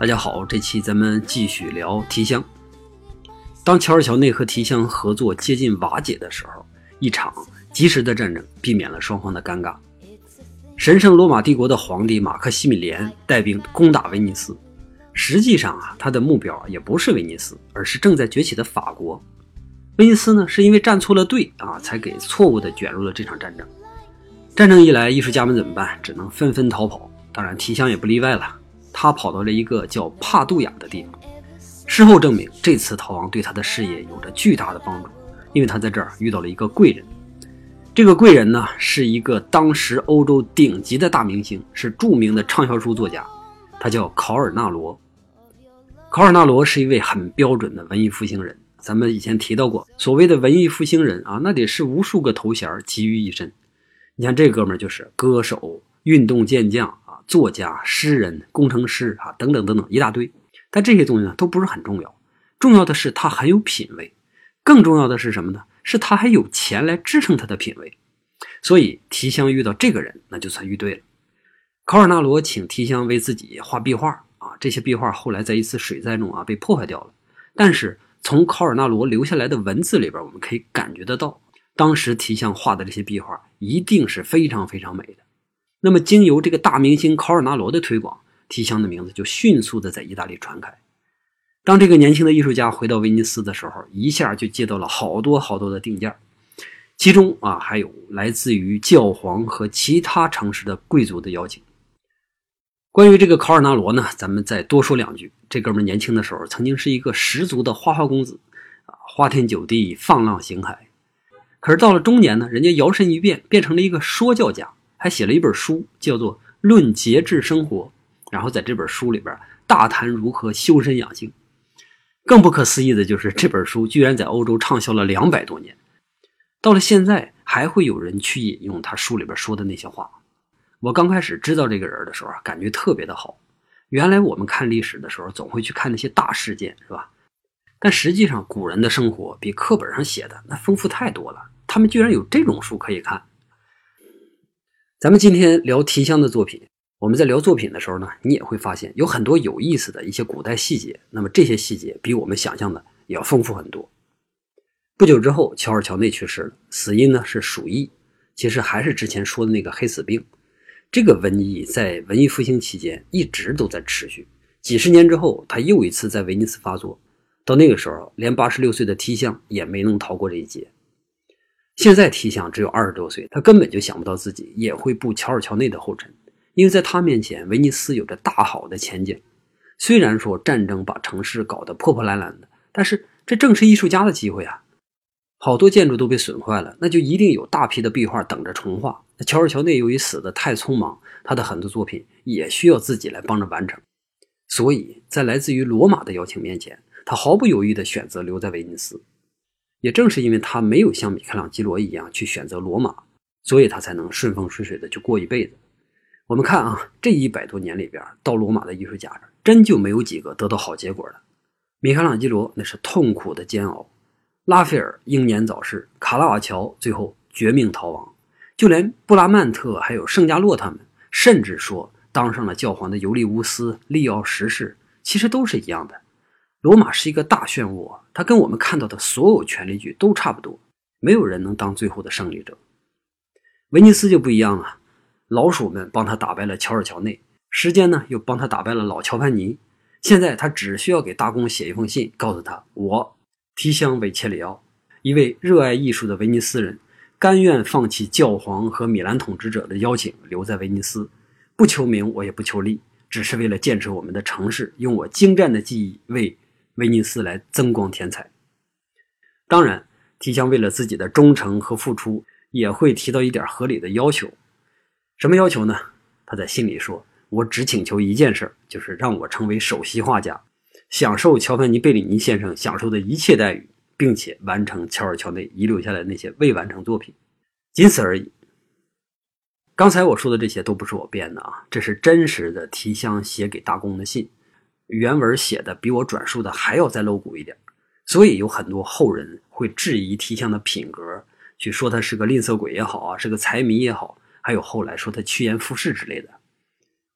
大家好，这期咱们继续聊提香。当乔尔乔内和提香合作接近瓦解的时候，一场及时的战争避免了双方的尴尬。神圣罗马帝国的皇帝马克西米连带兵攻打威尼斯，实际上他的目标也不是威尼斯，而是正在崛起的法国。威尼斯呢，是因为站错了队才给错误的卷入了这场战争。战争一来，艺术家们怎么办？只能纷纷逃跑，当然提香也不例外了。他跑到了一个叫帕杜亚的地方，事后证明这次逃亡对他的事业有着巨大的帮助，因为他在这儿遇到了一个贵人。这个贵人呢，是一个当时欧洲顶级的大明星，是著名的畅销书作家，他叫考尔纳罗。考尔纳罗是一位很标准的文艺复兴人，咱们以前提到过，所谓的文艺复兴人那得是无数个头衔集于一身。你看这哥们儿就是歌手、运动健将作家、诗人、工程师等等等等一大堆。但这些东西呢都不是很重要，重要的是他很有品味，更重要的是什么呢？是他还有钱来支撑他的品味。所以提香遇到这个人，那就算遇对了。考尔纳罗请提香为自己画壁画这些壁画后来在一次水灾中被破坏掉了。但是从考尔纳罗留下来的文字里边，我们可以感觉得到，当时提香画的这些壁画一定是非常非常美的。那么经由这个大明星考尔纳罗的推广，提香的名字就迅速的在意大利传开。当这个年轻的艺术家回到威尼斯的时候，一下就接到了好多好多的订件，其中还有来自于教皇和其他城市的贵族的邀请。关于这个考尔纳罗呢，咱们再多说两句。这哥们年轻的时候曾经是一个十足的花花公子，花天酒地，放浪形骸。可是到了中年呢，人家摇身一变，变成了一个说教家，还写了一本书叫做《论节制生活》，然后在这本书里边大谈如何修身养性。更不可思议的就是这本书居然在欧洲畅销了200多年，到了现在还会有人去引用他书里边说的那些话。我刚开始知道这个人的时候感觉特别的好。原来我们看历史的时候总会去看那些大事件，是吧？但实际上古人的生活比课本上写的那丰富太多了，他们居然有这种书可以看。咱们今天聊提香的作品，我们在聊作品的时候呢，你也会发现有很多有意思的一些古代细节，那么这些细节比我们想象的也要丰富很多。不久之后，乔尔乔内去世了，死因呢是鼠疫，其实还是之前说的那个黑死病。这个瘟疫在文艺复兴期间一直都在持续，几十年之后他又一次在威尼斯发作，到那个时候连86岁的提香也没能逃过这一劫。现在提香只有20多岁，他根本就想不到自己也会步乔尔乔内的后尘，因为在他面前威尼斯有着大好的前景。虽然说战争把城市搞得破破烂烂的，但是这正是艺术家的机会好多建筑都被损坏了，那就一定有大批的壁画等着重画。乔尔乔内由于死得太匆忙，他的很多作品也需要自己来帮着完成。所以在来自于罗马的邀请面前，他毫不犹豫地选择留在威尼斯。也正是因为他没有像米开朗基罗一样去选择罗马，所以他才能顺风顺水的去过一辈子。我们看这100多年里边，到罗马的艺术家真就没有几个得到好结果的。米开朗基罗那是痛苦的煎熬，拉斐尔英年早逝，卡拉瓦乔最后绝命逃亡，就连布拉曼特还有圣加洛他们，甚至说当上了教皇的尤利乌斯、利奥十世，其实都是一样的。罗马是一个大漩涡，它跟我们看到的所有权力剧都差不多，没有人能当最后的胜利者。威尼斯就不一样了，老鼠们帮他打败了乔尔乔内，时间呢又帮他打败了老乔潘尼，现在他只需要给大公写一封信，告诉他我提香维切里奥，一位热爱艺术的威尼斯人，甘愿放弃教皇和米兰统治者的邀请，留在威尼斯，不求名我也不求利，只是为了建设我们的城市，用我精湛的技艺为威尼斯来增光添彩。当然提香为了自己的忠诚和付出，也会提到一点合理的要求。什么要求呢？他在信里说，我只请求一件事，就是让我成为首席画家，享受乔凡尼贝里尼先生享受的一切待遇，并且完成乔尔乔内遗留下来的那些未完成作品，仅此而已。刚才我说的这些都不是我编的这是真实的提香写给大公的信，原文写的比我转述的还要再露骨一点，所以有很多后人会质疑提香的品格，去说他是个吝啬鬼也好是个财迷也好，还有后来说他趋炎附势之类的。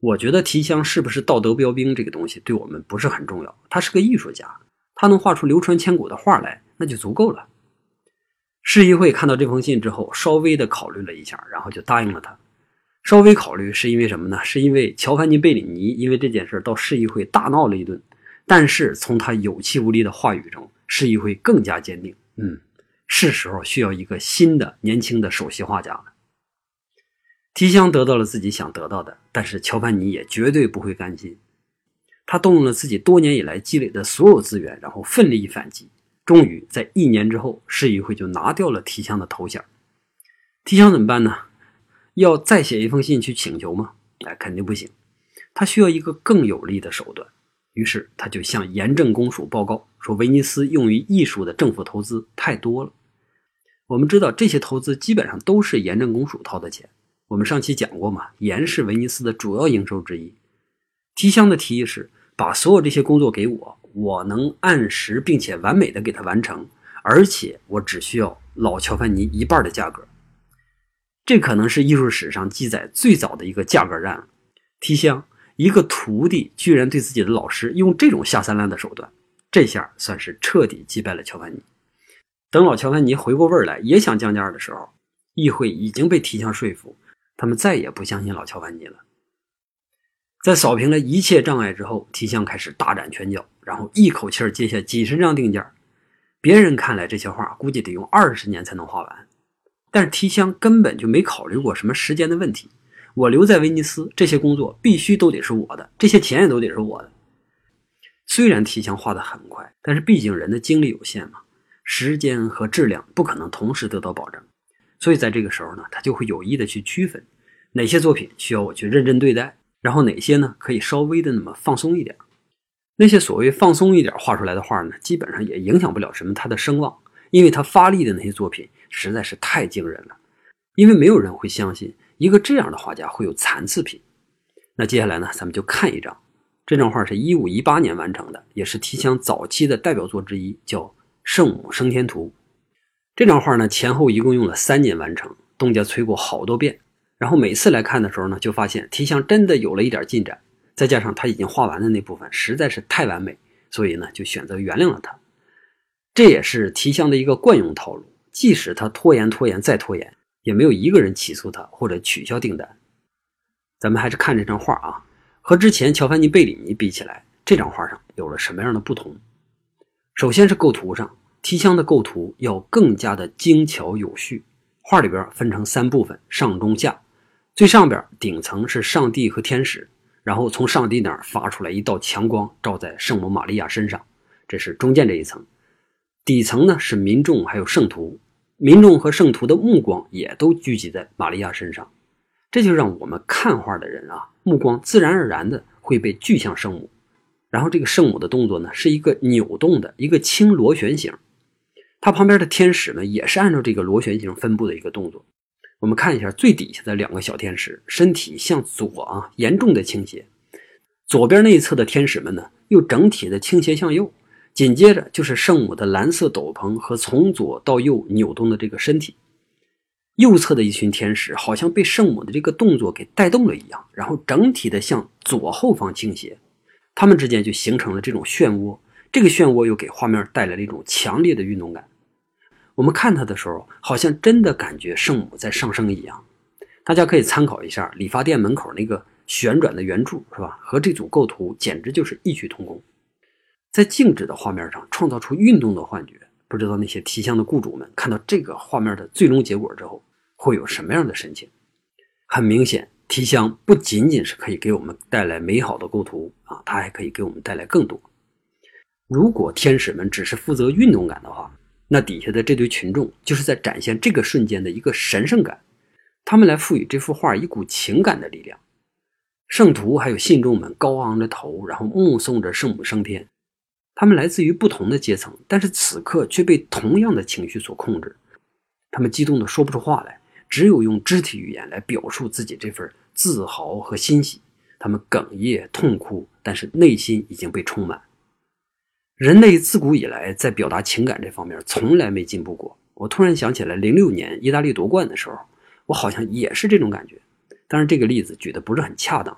我觉得提香是不是道德标兵这个东西对我们不是很重要，他是个艺术家，他能画出流传千古的画来，那就足够了。市议会看到这封信之后，稍微的考虑了一下，然后就答应了他。稍微考虑是因为什么呢？是因为乔凡尼·贝里尼因为这件事到市议会大闹了一顿，但是从他有气无力的话语中，市议会更加坚定，是时候需要一个新的年轻的首席画家了。提香得到了自己想得到的，但是乔凡尼也绝对不会甘心。他动用了自己多年以来积累的所有资源，然后奋力反击。终于在1年之后，市议会就拿掉了提香的头衔。提香怎么办呢？要再写一封信去请求吗？肯定不行。他需要一个更有力的手段。于是他就向盐政公署报告说，威尼斯用于艺术的政府投资太多了。我们知道这些投资基本上都是盐政公署掏的钱。我们上期讲过嘛，盐是威尼斯的主要营收之一。提香的提议是把所有这些工作给我，我能按时并且完美的给它完成，而且我只需要老乔凡尼一半的价格。这可能是艺术史上记载最早的一个价格战了。提香一个徒弟居然对自己的老师用这种下三滥的手段，这下算是彻底击败了乔凡尼。等老乔凡尼回过味儿来也想降价的时候，议会已经被提香说服，他们再也不相信老乔凡尼了。在扫平了一切障碍之后，提香开始大展拳脚，然后一口气接下几十张定件。别人看来这些画估计得用20年才能画完，但是提香根本就没考虑过什么时间的问题。我留在威尼斯，这些工作必须都得是我的，这些钱也都得是我的。虽然提香画得很快，但是毕竟人的精力有限嘛，时间和质量不可能同时得到保证。所以在这个时候呢，他就会有意的去区分哪些作品需要我去认真对待，然后哪些呢可以稍微的那么放松一点。那些所谓放松一点画出来的画呢，基本上也影响不了什么他的声望，因为他发力的那些作品实在是太惊人了。因为没有人会相信一个这样的画家会有残次品。那接下来呢，咱们就看一张。这张画是1518年完成的，也是提香早期的代表作之一，叫《圣母升天图》。这张画呢，前后一共用了3年完成，东家催过好多遍。然后每次来看的时候呢，就发现提香真的有了一点进展，再加上他已经画完的那部分实在是太完美，所以呢就选择原谅了他。这也是提香的一个惯用套路，即使他拖延再拖延，也没有一个人起诉他或者取消订单。咱们还是看这张画啊，和之前乔凡尼·贝里尼比起来，这张画上有了什么样的不同？首先是构图上，提香的构图要更加的精巧有序。画里边分成3部分，上中下。最上边顶层是上帝和天使，然后从上帝那儿发出来一道强光，照在圣母玛利亚身上，这是中间这一层。底层呢是民众还有圣徒，民众和圣徒的目光也都聚集在玛利亚身上，这就让我们看画的人啊，目光自然而然的会被聚向圣母。然后这个圣母的动作呢，是一个扭动的一个轻螺旋形，它旁边的天使呢也是按照这个螺旋形分布的一个动作。我们看一下最底下的2个小天使，身体向左严重的倾斜，左边那一侧的天使们呢又整体的倾斜向右，紧接着就是圣母的蓝色斗篷和从左到右扭动的这个身体。右侧的一群天使好像被圣母的这个动作给带动了一样，然后整体的向左后方倾斜，他们之间就形成了这种漩涡，这个漩涡又给画面带来了一种强烈的运动感。我们看它的时候，好像真的感觉圣母在上升一样。大家可以参考一下理发店门口那个旋转的圆柱，是吧？和这组构图简直就是异曲同工。在静止的画面上创造出运动的幻觉，不知道那些提香的雇主们看到这个画面的最终结果之后，会有什么样的神情？很明显，提香不仅仅是可以给我们带来美好的构图啊，它还可以给我们带来更多。如果天使们只是负责运动感的话，那底下的这堆群众就是在展现这个瞬间的一个神圣感，他们来赋予这幅画一股情感的力量。圣徒还有信众们高昂着头，然后目送着圣母升天。他们来自于不同的阶层，但是此刻却被同样的情绪所控制。他们激动的说不出话来，只有用肢体语言来表述自己这份自豪和欣喜。他们哽咽痛哭，但是内心已经被充满。人类自古以来在表达情感这方面从来没进步过。我突然想起来06年意大利夺冠的时候，我好像也是这种感觉。当然这个例子举得不是很恰当，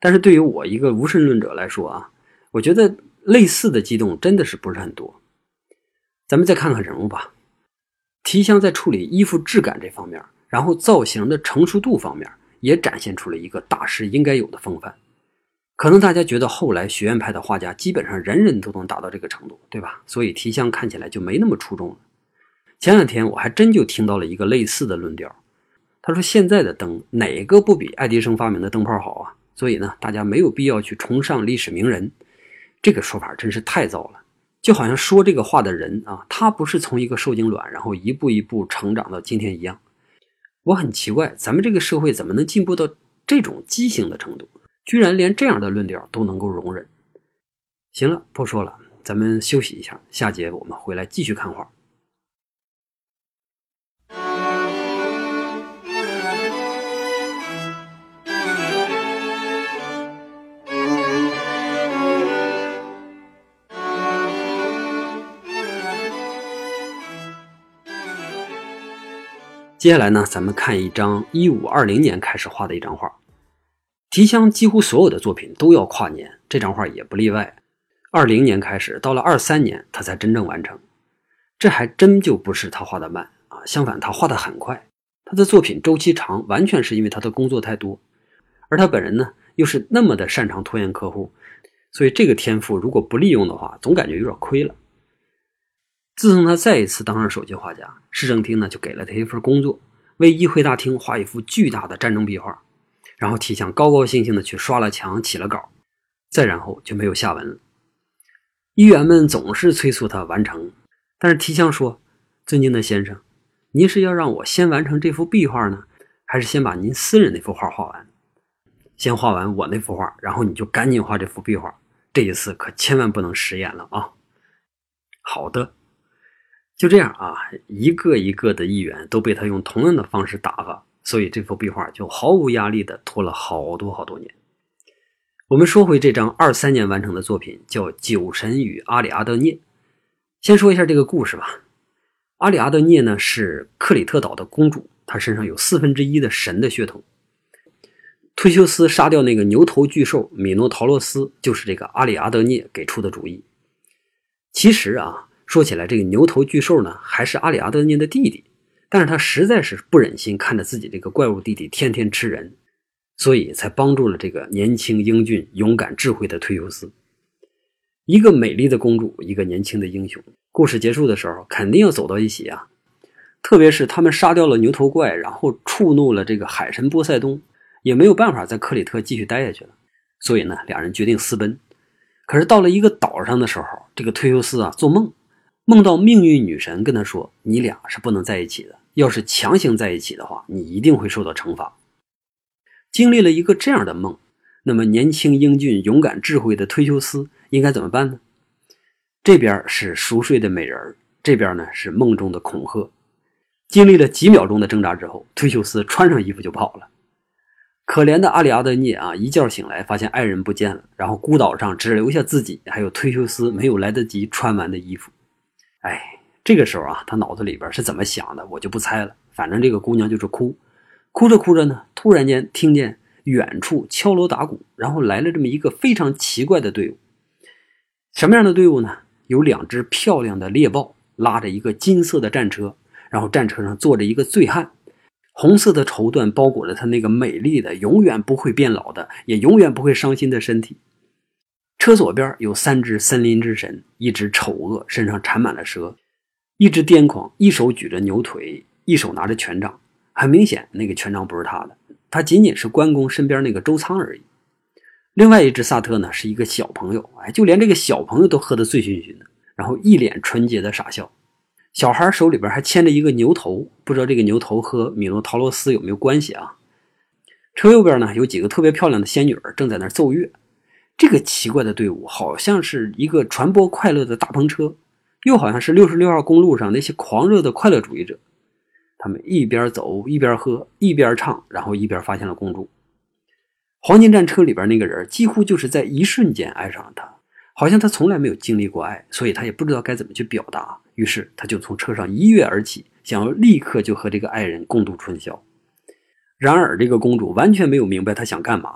但是对于我一个无神论者来说啊，我觉得类似的激动真的是不是很多。咱们再看看人物吧。提香在处理衣服质感这方面，然后造型的成熟度方面，也展现出了一个大师应该有的风范。可能大家觉得后来学院派的画家基本上人人都能达到这个程度，对吧？所以提香看起来就没那么出众了。前两天我还真就听到了一个类似的论调，他说现在的灯哪个不比爱迪生发明的灯泡好啊？所以呢，大家没有必要去崇尚历史名人。这个说法真是太糟了，就好像说这个话的人啊，他不是从一个受精卵然后一步一步成长到今天一样。我很奇怪，咱们这个社会怎么能进步到这种畸形的程度，居然连这样的论调都能够容忍。行了，不说了，咱们休息一下，下节我们回来继续看画。接下来呢，咱们看一张1520年开始画的一张画。提香几乎所有的作品都要跨年，这张画也不例外。20年开始，到了23年他才真正完成。这还真就不是他画的慢啊，相反他画的很快。他的作品周期长，完全是因为他的工作太多，而他本人呢又是那么的擅长拖延客户，所以这个天赋如果不利用的话，总感觉有点亏了。自从他再一次当上首席画家，市政厅呢就给了他一份工作，为议会大厅画一幅巨大的战争壁画，然后提香高高兴兴的去刷了墙起了稿，再然后就没有下文了。议员们总是催促他完成，但是提香说，尊敬的先生，您是要让我先完成这幅壁画呢，还是先把您私人那幅画画完？先画完我那幅画，然后你就赶紧画这幅壁画，这一次可千万不能食言了啊。好的。就这样啊，一个一个的议员都被他用同样的方式打发，所以这幅壁画就毫无压力的拖了好多年。我们说回这张23年完成的作品，叫《酒神与阿里阿德涅》。先说一下这个故事吧。阿里阿德涅呢是克里特岛的公主，她身上有1/4的神的血统。忒修斯杀掉那个牛头巨兽米诺陶洛斯，就是这个阿里阿德涅给出的主意。其实啊，说起来这个牛头巨兽呢还是阿里阿德涅的弟弟，但是他实在是不忍心看着自己这个怪物弟弟天天吃人，所以才帮助了这个年轻英俊勇敢智慧的忒修斯。一个美丽的公主，一个年轻的英雄，故事结束的时候肯定要走到一起啊。特别是他们杀掉了牛头怪，然后触怒了这个海神波塞冬，也没有办法在克里特继续待下去了，所以呢两人决定私奔。可是到了一个岛上的时候，这个忒修斯啊做梦到命运女神跟他说，你俩是不能在一起的，要是强行在一起的话，你一定会受到惩罚。经历了一个这样的梦，那么年轻英俊勇敢智慧的忒修斯应该怎么办呢？这边是熟睡的美人，这边呢是梦中的恐吓。经历了几秒钟的挣扎之后，忒修斯穿上衣服就跑了。可怜的阿里阿德涅啊，一觉醒来发现爱人不见了，然后孤岛上只留下自己还有忒修斯没有来得及穿完的衣服。这个时候啊，他脑子里边是怎么想的我就不猜了，反正这个姑娘就是哭着呢，突然间听见远处敲锣打鼓，然后来了这么一个非常奇怪的队伍。什么样的队伍呢？有2只漂亮的猎豹拉着一个金色的战车，然后战车上坐着一个醉汉，红色的绸缎包裹着他那个美丽的永远不会变老的也永远不会伤心的身体。车左边有3只森林之神，一只丑恶身上缠满了蛇，一只癫狂一手举着牛腿，一手拿着权杖，很明显那个权杖不是他的，他仅仅是关公身边那个周仓而已。另外一只萨特呢是一个小朋友，就连这个小朋友都喝得醉醺醺的，然后一脸纯洁的傻笑。小孩手里边还牵着一个牛头，不知道这个牛头和米诺陶罗斯有没有关系啊？车右边呢有几个特别漂亮的仙女正在那儿奏乐。这个奇怪的队伍好像是一个传播快乐的大篷车，又好像是66号公路上那些狂热的快乐主义者。他们一边走一边喝一边唱，然后一边发现了公主。黄金战车里边那个人几乎就是在一瞬间爱上了她，好像他从来没有经历过爱，所以他也不知道该怎么去表达，于是他就从车上一跃而起，想要立刻就和这个爱人共度春宵。然而这个公主完全没有明白他想干嘛，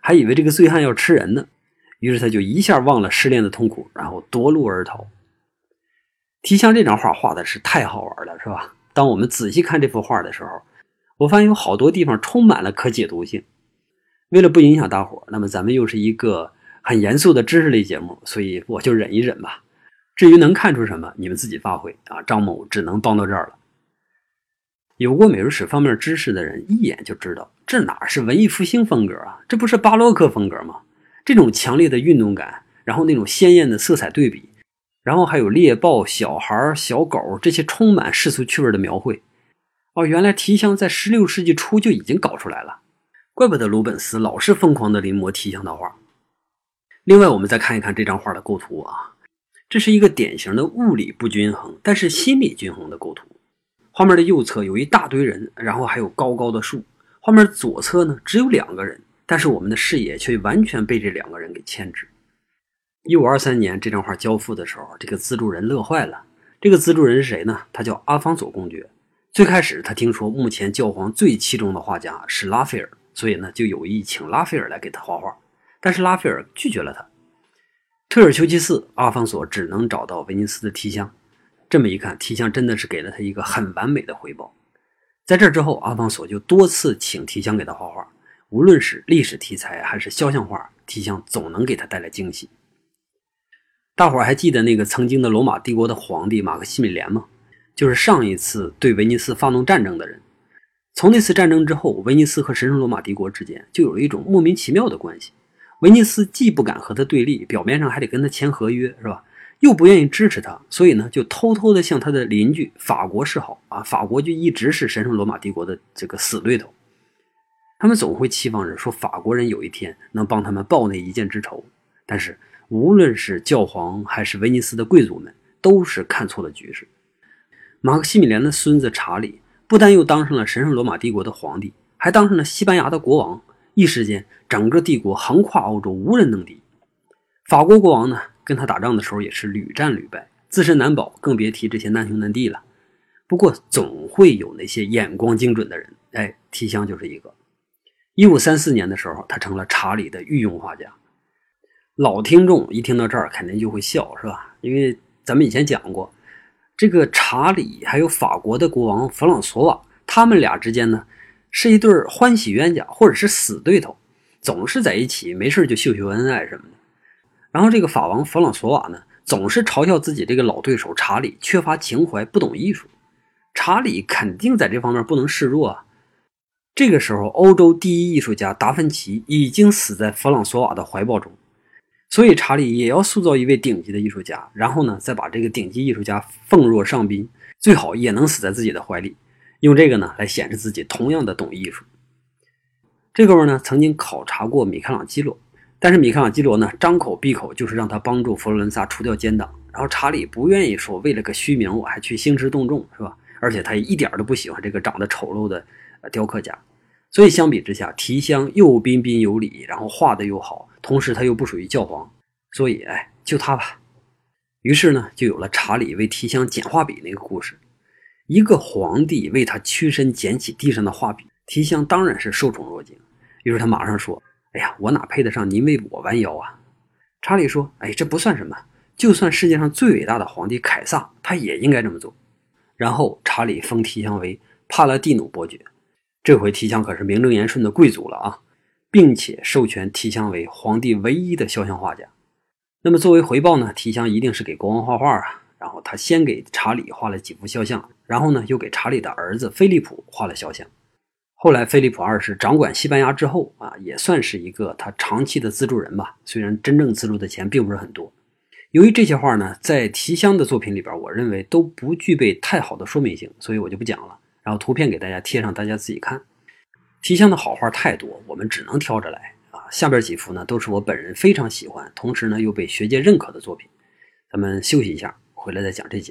还以为这个醉汉要吃人呢，于是他就一下忘了失恋的痛苦，然后夺路而逃。提香这张画画的是太好玩了，是吧？当我们仔细看这幅画的时候，我发现有好多地方充满了可解读性。为了不影响大伙，那么咱们又是一个很严肃的知识类节目，所以我就忍一忍吧。至于能看出什么，你们自己发挥啊，张某只能帮到这儿了。有过美术史方面知识的人一眼就知道，这哪是文艺复兴风格啊，这不是巴洛克风格吗？这种强烈的运动感，然后那种鲜艳的色彩对比，然后还有猎豹、小孩、小狗这些充满世俗趣味的描绘。原来提香在16世纪初就已经搞出来了，怪不得鲁本斯老是疯狂的临摹提香的画。另外我们再看一看这张画的构图啊，这是一个典型的物理不均衡但是心理均衡的构图。画面的右侧有一大堆人，然后还有高高的树。画面左侧呢只有2个人，但是我们的视野却完全被这2个人给牵制。1523年这张画交付的时候，这个资助人乐坏了。这个资助人是谁呢？他叫阿方索公爵。最开始他听说目前教皇最器重的画家是拉斐尔，所以呢就有意请拉斐尔来给他画画，但是拉斐尔拒绝了他。特尔修其次，阿方索只能找到威尼斯的提香。这么一看，提香真的是给了他一个很完美的回报。在这之后，阿方索就多次请提香给他画画，无论是历史题材还是肖像画，提香总能给他带来惊喜。大伙儿还记得那个曾经的罗马帝国的皇帝马克西米连吗？就是上一次对威尼斯发动战争的人。从那次战争之后，威尼斯和神圣罗马帝国之间就有了一种莫名其妙的关系。威尼斯既不敢和他对立，表面上还得跟他签合约，是吧？又不愿意支持他，所以呢就偷偷的向他的邻居法国示好啊。法国就一直是神圣罗马帝国的这个死对头，他们总会期望着说法国人有一天能帮他们报那一箭之仇。但是无论是教皇还是威尼斯的贵族们，都是看错了局势。马克西米连的孙子查理不但又当上了神圣罗马帝国的皇帝，还当上了西班牙的国王，一时间整个帝国横跨欧洲，无人能敌。法国国王呢跟他打仗的时候也是屡战屡败，自身难保，更别提这些难兄难弟了。不过总会有那些眼光精准的人，提香就是一个。1534年的时候，他成了查理的御用画家。老听众一听到这儿肯定就会笑，是吧？因为咱们以前讲过，这个查理还有法国的国王弗朗索瓦，他们俩之间呢是一对欢喜冤家或者是死对头，总是在一起没事就秀秀恩爱什么的。然后这个法王弗朗索瓦呢总是嘲笑自己这个老对手查理缺乏情怀，不懂艺术。查理肯定在这方面不能示弱啊。这个时候欧洲第一艺术家达芬奇已经死在弗朗索瓦的怀抱中，所以查理也要塑造一位顶级的艺术家，然后呢再把这个顶级艺术家奉若上宾，最好也能死在自己的怀里，用这个呢来显示自己同样的懂艺术。这哥们呢曾经考察过米开朗基罗，但是米开朗基罗呢张口闭口就是让他帮助佛罗伦萨除掉奸党，然后查理不愿意说为了个虚名我还去兴师动众，是吧？而且他也一点都不喜欢这个长得丑陋的雕刻家。所以相比之下，提香又彬彬有礼，然后画的又好，同时他又不属于教皇，所以就他吧。于是呢就有了查理为提香捡画笔那个故事。一个皇帝为他屈身捡起地上的画笔，提香当然是受宠若惊。于是他马上说，我哪配得上您为我弯腰啊？查理说，这不算什么，就算世界上最伟大的皇帝凯撒，他也应该这么做。然后查理封提香为帕拉蒂努伯爵，这回提香可是名正言顺的贵族了啊，并且授权提香为皇帝唯一的肖像画家。那么作为回报呢，提香一定是给国王画画啊。然后他先给查理画了几幅肖像，然后呢又给查理的儿子菲利普画了肖像。后来菲利普二世掌管西班牙之后也算是一个他长期的资助人吧，虽然真正资助的钱并不是很多。由于这些画呢在提香的作品里边，我认为都不具备太好的说明性，所以我就不讲了，然后图片给大家贴上，大家自己看。提香的好画太多，我们只能挑着来下边几幅呢都是我本人非常喜欢，同时呢又被学界认可的作品。咱们休息一下，回来再讲这几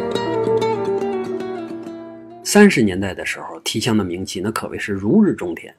张。30年代的时候，提香的名气那可谓是如日中天。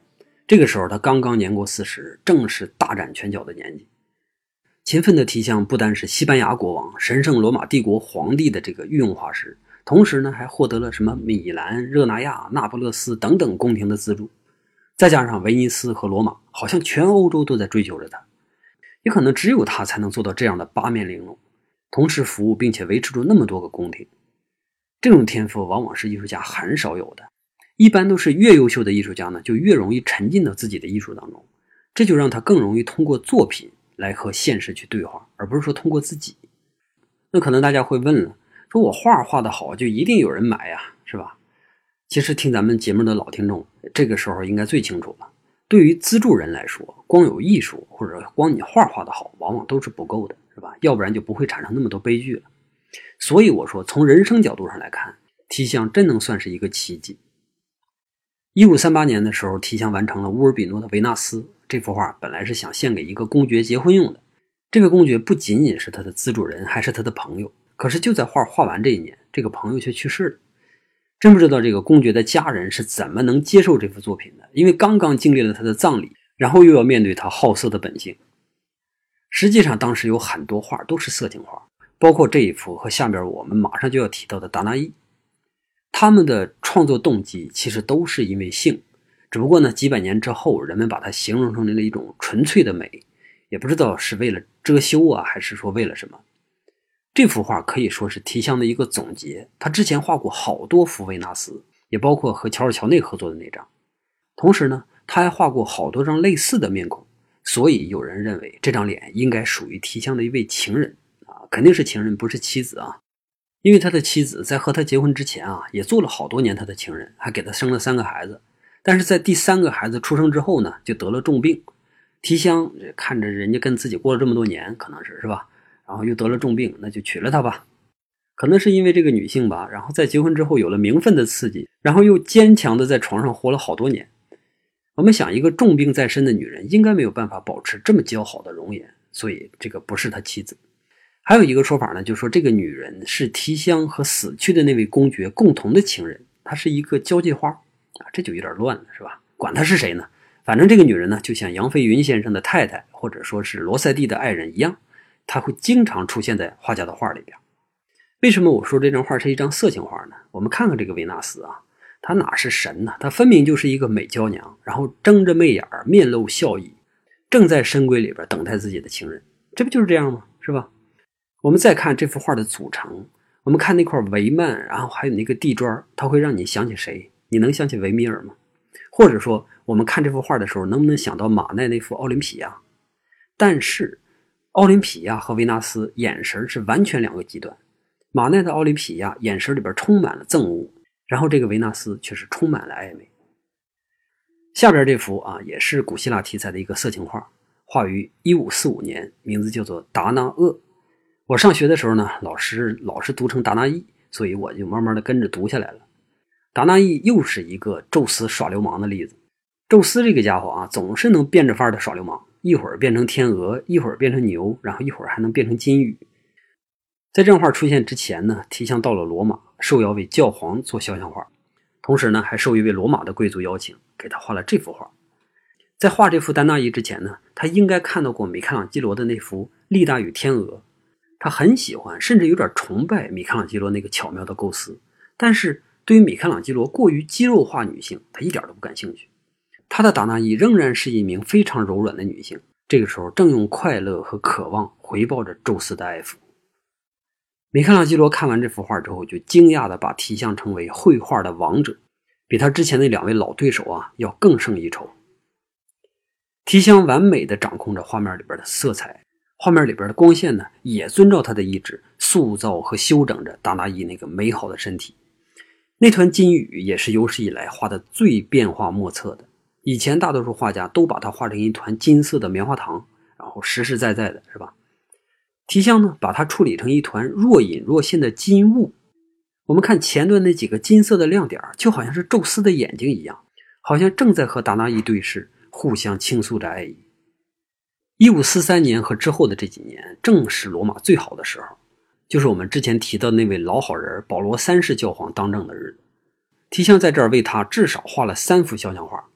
这个时候他刚刚年过40，正是大展拳脚的年纪。勤奋的提香不单是西班牙国王、神圣罗马帝国皇帝的这个御用画师，同时呢还获得了什么米兰、热那亚、那不勒斯等等宫廷的资助，再加上威尼斯和罗马，好像全欧洲都在追求着他，也可能只有他才能做到这样的八面玲珑，同时服务并且维持住那么多个宫廷。这种天赋往往是艺术家很少有的，一般都是越优秀的艺术家呢，就越容易沉浸到自己的艺术当中，这就让他更容易通过作品来和现实去对话，而不是说通过自己。那可能大家会问了，说我画画得好就一定有人买呀，是吧？其实听咱们节目的老听众这个时候应该最清楚了，对于资助人来说，光有艺术或者光你画得好往往都是不够的，是吧？要不然就不会产生那么多悲剧了。所以我说从人生角度上来看，提香真能算是一个奇迹。1538年的时候，提香完成了乌尔比诺的维纳斯，这幅画本来是想献给一个公爵结婚用的，这个公爵不仅仅是他的资主人，还是他的朋友。可是就在画完这一年，这个朋友却去世了。真不知道这个公爵的家人是怎么能接受这幅作品的，因为刚刚经历了他的葬礼，然后又要面对他好色的本性。实际上当时有很多画都是色情画，包括这一幅和下边我们马上就要提到的达那伊。他们的创作动机其实都是因为性，只不过呢几百年之后，人们把它形容成了一种纯粹的美，也不知道是为了遮羞啊，还是说为了什么。这幅画可以说是提香的一个总结，他之前画过好多幅维纳斯，也包括和乔尔乔内合作的那张。同时呢，他还画过好多张类似的面孔，所以有人认为这张脸应该属于提香的一位情人啊，肯定是情人，不是妻子啊。因为他的妻子在和他结婚之前啊，也做了好多年他的情人，还给他生了3个孩子。但是在第3个孩子出生之后呢，就得了重病。提香看着人家跟自己过了这么多年，可能是吧，然后又得了重病，那就娶了她吧。可能是因为这个女性吧，然后在结婚之后有了名分的刺激，然后又坚强的在床上活了好多年。我们想，一个重病在身的女人应该没有办法保持这么姣好的容颜，所以这个不是他妻子。还有一个说法呢，就是说这个女人是提香和死去的那位公爵共同的情人，她是一个交际花啊，这就有点乱了，是吧？管她是谁呢，反正这个女人呢，就像杨飞云先生的太太，或者说是罗塞蒂的爱人一样，她会经常出现在画家的画里边。为什么我说这张画是一张色情画呢？我们看看这个维纳斯啊，她哪是神呢？她分明就是一个美娇娘，然后睁着媚眼，面露笑意，正在深闺里边等待自己的情人，这不就是这样吗？是吧？我们再看这幅画的组成，我们看那块帷幔，然后还有那个地砖，它会让你想起谁？你能想起维米尔吗？或者说我们看这幅画的时候，能不能想到马奈那幅奥林匹亚？但是奥林匹亚和维纳斯眼神是完全2个极端。马奈的奥林匹亚眼神里边充满了憎恶，然后这个维纳斯却是充满了暧昧。下边这幅啊，也是古希腊题材的一个色情画，画于1545年，名字叫做达那厄。我上学的时候呢，老师读成达那伊，所以我就慢慢的跟着读下来了。达那伊又是一个宙斯耍流氓的例子。宙斯这个家伙啊，总是能变着法的耍流氓，一会儿变成天鹅，一会儿变成牛，然后一会儿还能变成金鱼。在这张画出现之前呢，提香到了罗马，受邀为教皇做肖像画，同时呢还受一位罗马的贵族邀请，给他画了这幅画。在画这幅达那伊之前呢，他应该看到过米开朗基罗的那幅利达与天鹅，他很喜欢，甚至有点崇拜米开朗基罗那个巧妙的构思，但是对于米开朗基罗过于肌肉化女性，他一点都不感兴趣。他的达那伊仍然是一名非常柔软的女性，这个时候正用快乐和渴望回报着宙斯的爱抚。米开朗基罗看完这幅画之后，就惊讶地把提香称为绘画的王者，比他之前那2位老对手啊要更胜一筹。提香完美地掌控着画面里边的色彩，画面里边的光线呢，也遵照他的意志塑造和修整着达那伊那个美好的身体。那团金羽也是有史以来画的最变化莫测的，以前大多数画家都把它画成一团金色的棉花糖，然后实实在在的，是吧？提香呢，把它处理成一团若隐若现的金雾。我们看前段那几个金色的亮点，就好像是宙斯的眼睛一样，好像正在和达那伊对视，互相倾诉着爱意。1543年和之后的这几年，正是罗马最好的时候，就是我们之前提到的那位老好人保罗3世教皇当政的日子。提香在这儿为他至少画了3幅肖像画，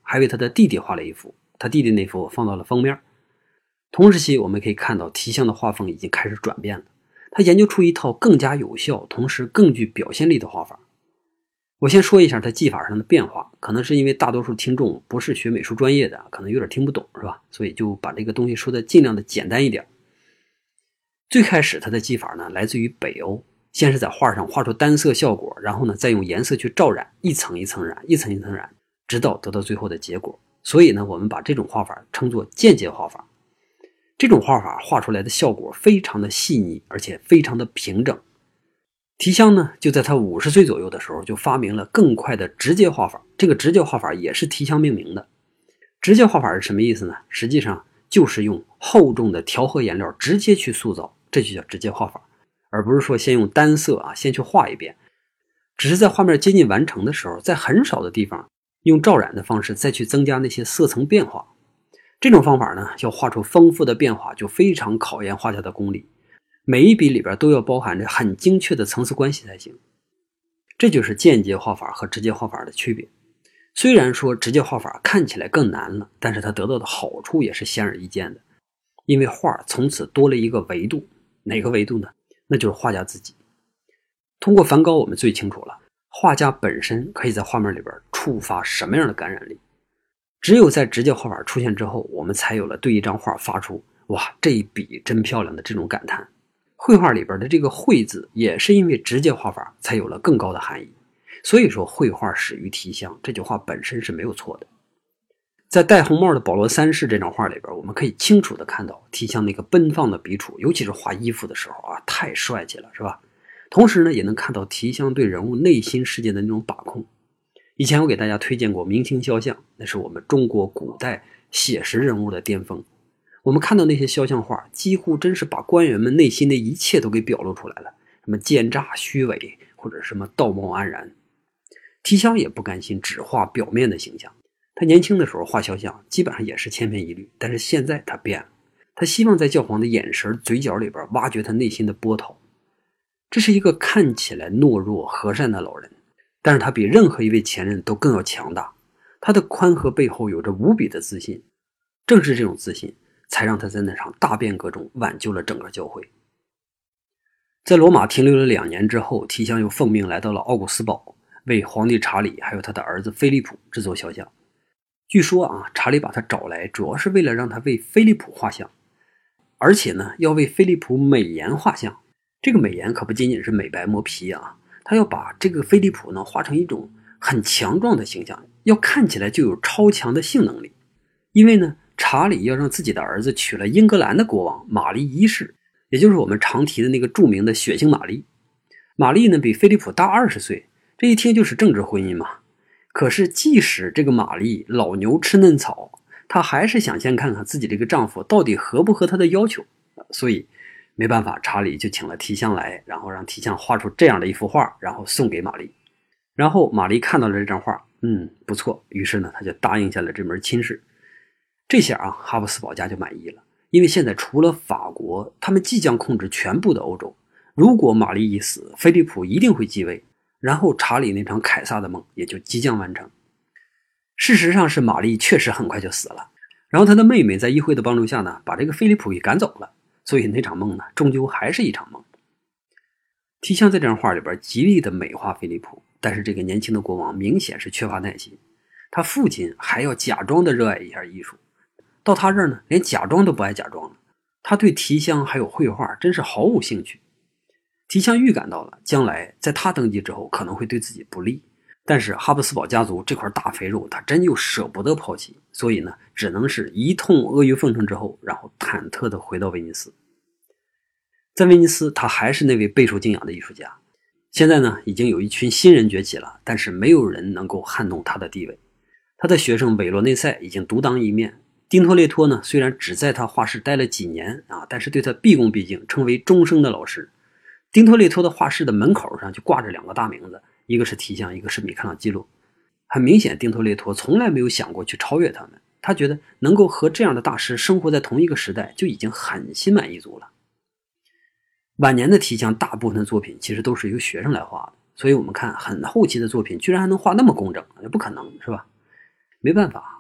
还为他的弟弟画了一幅，他弟弟那幅放到了封面。同时期我们可以看到提香的画风已经开始转变了，他研究出一套更加有效同时更具表现力的画法。我先说一下他技法上的变化，可能是因为大多数听众不是学美术专业的，可能有点听不懂，是吧？所以就把这个东西说的尽量的简单一点。最开始他的技法呢来自于北欧，先是在画上画出单色效果，然后呢再用颜色去照染，一层一层染，一层一层染，直到得到最后的结果。所以呢我们把这种画法称作间接画法。这种画法画出来的效果非常的细腻，而且非常的平整。提香呢就在他50岁左右的时候就发明了更快的直接画法，这个直接画法也是提香命名的。直接画法是什么意思呢？实际上就是用厚重的调和颜料直接去塑造，这就叫直接画法，而不是说先用单色先去画一遍，只是在画面接近完成的时候，在很少的地方用照染的方式再去增加那些色层变化。这种方法呢要画出丰富的变化，就非常考验画家的功力，每一笔里边都要包含着很精确的层次关系才行。这就是间接画法和直接画法的区别。虽然说直接画法看起来更难了，但是它得到的好处也是显而易见的，因为画从此多了一个维度。哪个维度呢？那就是画家自己。通过梵高我们最清楚了，画家本身可以在画面里边触发什么样的感染力。只有在直接画法出现之后，我们才有了对一张画发出哇这一笔真漂亮的这种感叹。绘画里边的这个绘字也是因为直接画法才有了更高的含义。所以说绘画始于提香，这句话本身是没有错的。在戴红帽的保罗三世这张画里边，我们可以清楚的看到提香那个奔放的笔触，尤其是画衣服的时候太帅气了，是吧？同时呢也能看到提香对人物内心世界的那种把控。以前我给大家推荐过明清肖像，那是我们中国古代写实人物的巅峰。我们看到那些肖像画几乎真是把官员们内心的一切都给表露出来了，什么奸诈虚伪或者什么道貌岸然。提香也不甘心只画表面的形象，他年轻的时候画肖像基本上也是千篇一律，但是现在他变了，他希望在教皇的眼神嘴角里边挖掘他内心的波涛。这是一个看起来懦弱和善的老人，但是他比任何一位前任都更要强大，他的宽和背后有着无比的自信，正是这种自信才让他在那场大变革中挽救了整个教会。在罗马停留了2年之后，提香又奉命来到了奥古斯堡，为皇帝查理还有他的儿子菲利普制作肖像。据说查理把他找来主要是为了让他为菲利普画像，而且呢要为菲利普美颜画像。这个美颜可不仅仅是美白磨皮他要把这个菲利普呢画成一种很强壮的形象，要看起来就有超强的性能力。因为呢查理要让自己的儿子娶了英格兰的国王玛丽一世，也就是我们常提的那个著名的血腥玛丽。玛丽呢比菲利普大20岁，这一听就是政治婚姻嘛。可是即使这个玛丽老牛吃嫩草，她还是想先看看自己这个丈夫到底合不合她的要求。所以没办法，查理就请了提香来，然后让提香画出这样的一幅画，然后送给玛丽。然后玛丽看到了这张画，不错，于是呢他就答应下了这门亲事。这下哈布斯堡家就满意了，因为现在除了法国，他们即将控制全部的欧洲。如果玛丽一死，菲利普一定会继位，然后查理那场凯撒的梦也就即将完成。事实上是玛丽确实很快就死了，然后他的妹妹在议会的帮助下呢，把这个菲利普给赶走了。所以那场梦呢，终究还是一场梦。提香在这张画里边极力的美化菲利普，但是这个年轻的国王明显是缺乏耐心，他父亲还要假装的热爱一下艺术，到他这儿呢，连假装都不爱假装了。他对提香还有绘画真是毫无兴趣。提香预感到了将来在他登基之后可能会对自己不利，但是哈布斯堡家族这块大肥肉他真又舍不得抛弃，所以呢只能是一通阿谀奉承之后，然后忐忑的回到威尼斯。在威尼斯他还是那位备受敬仰的艺术家，现在呢已经有一群新人崛起了，但是没有人能够撼动他的地位。他的学生韦罗内塞已经独当一面，丁托列托呢虽然只在他画室待了几年但是对他毕恭毕敬，称为终生的老师。丁托列托的画室的门口上就挂着2个大名字，一个是提香，一个是米开朗基罗。很明显丁托列托从来没有想过去超越他们，他觉得能够和这样的大师生活在同一个时代就已经很心满意足了。晚年的提香大部分的作品其实都是由学生来画的，所以我们看很后期的作品居然还能画那么工整，也不可能是吧？没办法，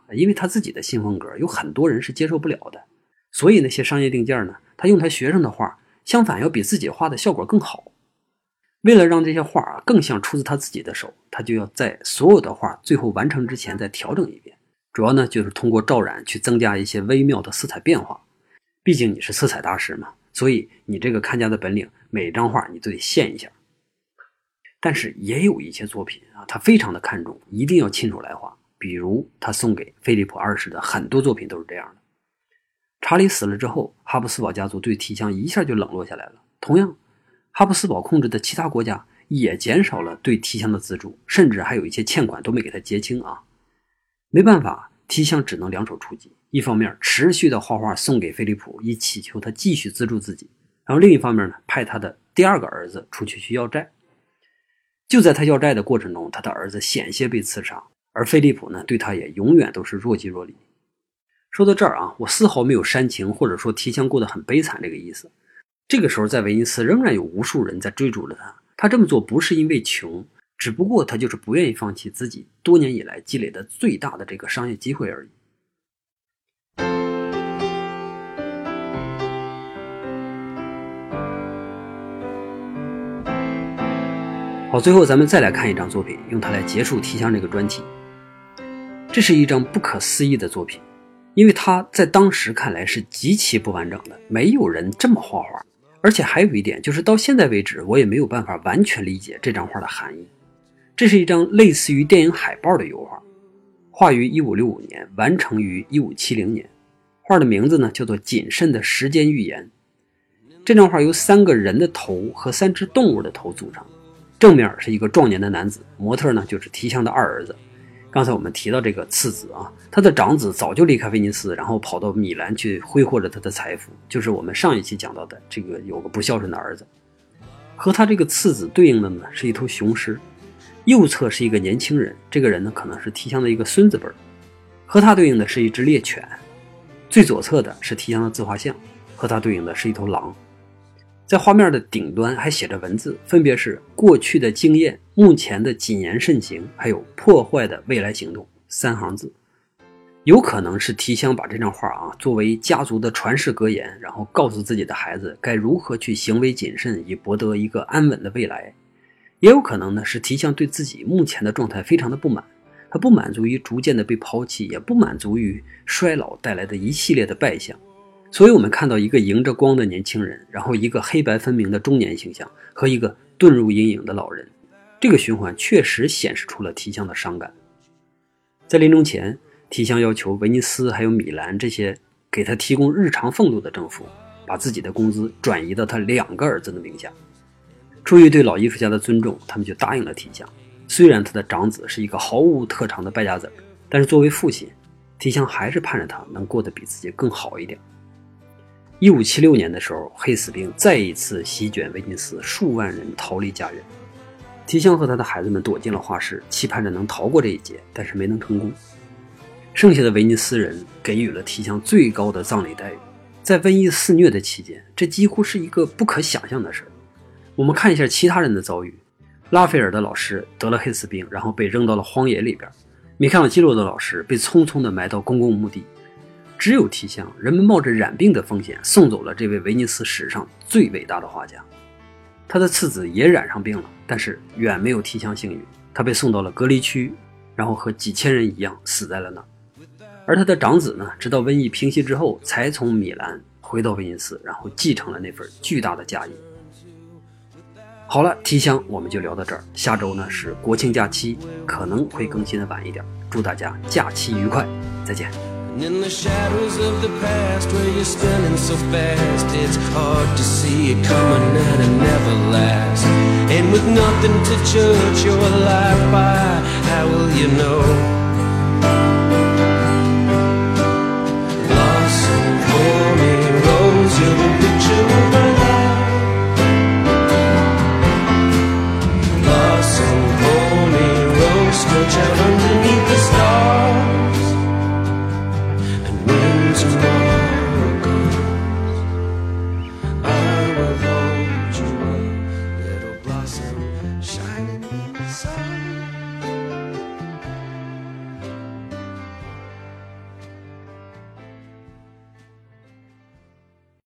因为他自己的新风格有很多人是接受不了的，所以那些商业定件呢，他用他学生的画，相反要比自己画的效果更好。为了让这些画更像出自他自己的手，他就要在所有的画最后完成之前再调整一遍，主要呢就是通过照染去增加一些微妙的色彩变化。毕竟你是色彩大师嘛，所以你这个看家的本领，每张画你都得现一下。但是也有一些作品他非常的看重，一定要亲手来画，比如他送给菲利普2世的很多作品都是这样的。查理死了之后，哈布斯堡家族对提香一下就冷落下来了。同样，哈布斯堡控制的其他国家也减少了对提香的资助，甚至还有一些欠款都没给他结清啊。没办法，提香只能两手出击，一方面持续的画画送给菲利普，以祈求他继续资助自己，然后另一方面呢，派他的第二个儿子出去要债。就在他要债的过程中，他的儿子险些被刺杀，而菲利普呢，对他也永远都是若即若离。说到这儿我丝毫没有煽情或者说提香过得很悲惨这个意思。这个时候在威尼斯仍然有无数人在追逐着他，他这么做不是因为穷，只不过他就是不愿意放弃自己多年以来积累的最大的这个商业机会而已。好，最后咱们再来看一张作品，用它来结束提香这个专题。这是一张不可思议的作品，因为它在当时看来是极其不完整的，没有人这么画画。而且还有一点，就是到现在为止我也没有办法完全理解这张画的含义。这是一张类似于电影海报的油画，画于1565年，完成于1570年。画的名字呢叫做《谨慎的时间预言》。这张画由3个人的头和3只动物的头组成，正面是一个壮年的男子，模特呢就是提香的二儿子。刚才我们提到这个次子他的长子早就离开威尼斯，然后跑到米兰去挥霍着他的财富，就是我们上一期讲到的这个有个不孝顺的儿子。和他这个次子对应的呢是一头雄狮，右侧是一个年轻人，这个人呢可能是提香的一个孙子辈，和他对应的是一只猎犬。最左侧的是提香的自画像，和他对应的是一头狼。在画面的顶端还写着文字，分别是过去的经验、目前的谨言慎行，还有破坏的未来行动，3行字。有可能是提香把这张画作为家族的传世格言，然后告诉自己的孩子该如何去行为谨慎，以博得一个安稳的未来。也有可能呢是提香对自己目前的状态非常的不满，他不满足于逐渐的被抛弃，也不满足于衰老带来的一系列的败相。所以我们看到一个迎着光的年轻人，然后一个黑白分明的中年形象和一个遁入阴影的老人，这个循环确实显示出了提香的伤感。在临终前，提香要求威尼斯还有米兰这些给他提供日常俸禄的政府，把自己的工资转移到他2个儿子的名下。出于对老艺术家的尊重，他们就答应了提香。虽然他的长子是一个毫无特长的败家子，但是作为父亲，提香还是盼着他能过得比自己更好一点。1576年的时候，黑死病再一次席卷威尼斯，数万人逃离家园。提香和他的孩子们躲进了画室，期盼着能逃过这一劫，但是没能成功。剩下的威尼斯人给予了提香最高的葬礼待遇。在瘟疫肆虐的期间，这几乎是一个不可想象的事。我们看一下其他人的遭遇。拉斐尔的老师得了黑死病，然后被扔到了荒野里边。米开朗基罗的老师被匆匆地埋到公共墓地。只有提香，人们冒着染病的风险送走了这位威尼斯史上最伟大的画家。他的次子也染上病了，但是远没有提香幸运，他被送到了隔离区，然后和几千人一样死在了那儿。而他的长子呢，直到瘟疫平息之后才从米兰回到威尼斯，然后继承了那份巨大的家业。好了，提香我们就聊到这儿，下周呢是国庆假期，可能会更新的晚一点，祝大家假期愉快，再见。 In the shadows of the past where you're spinning so fast, it's hard to see it coming and it never lasts. And with nothing to judge your life by, how will you know?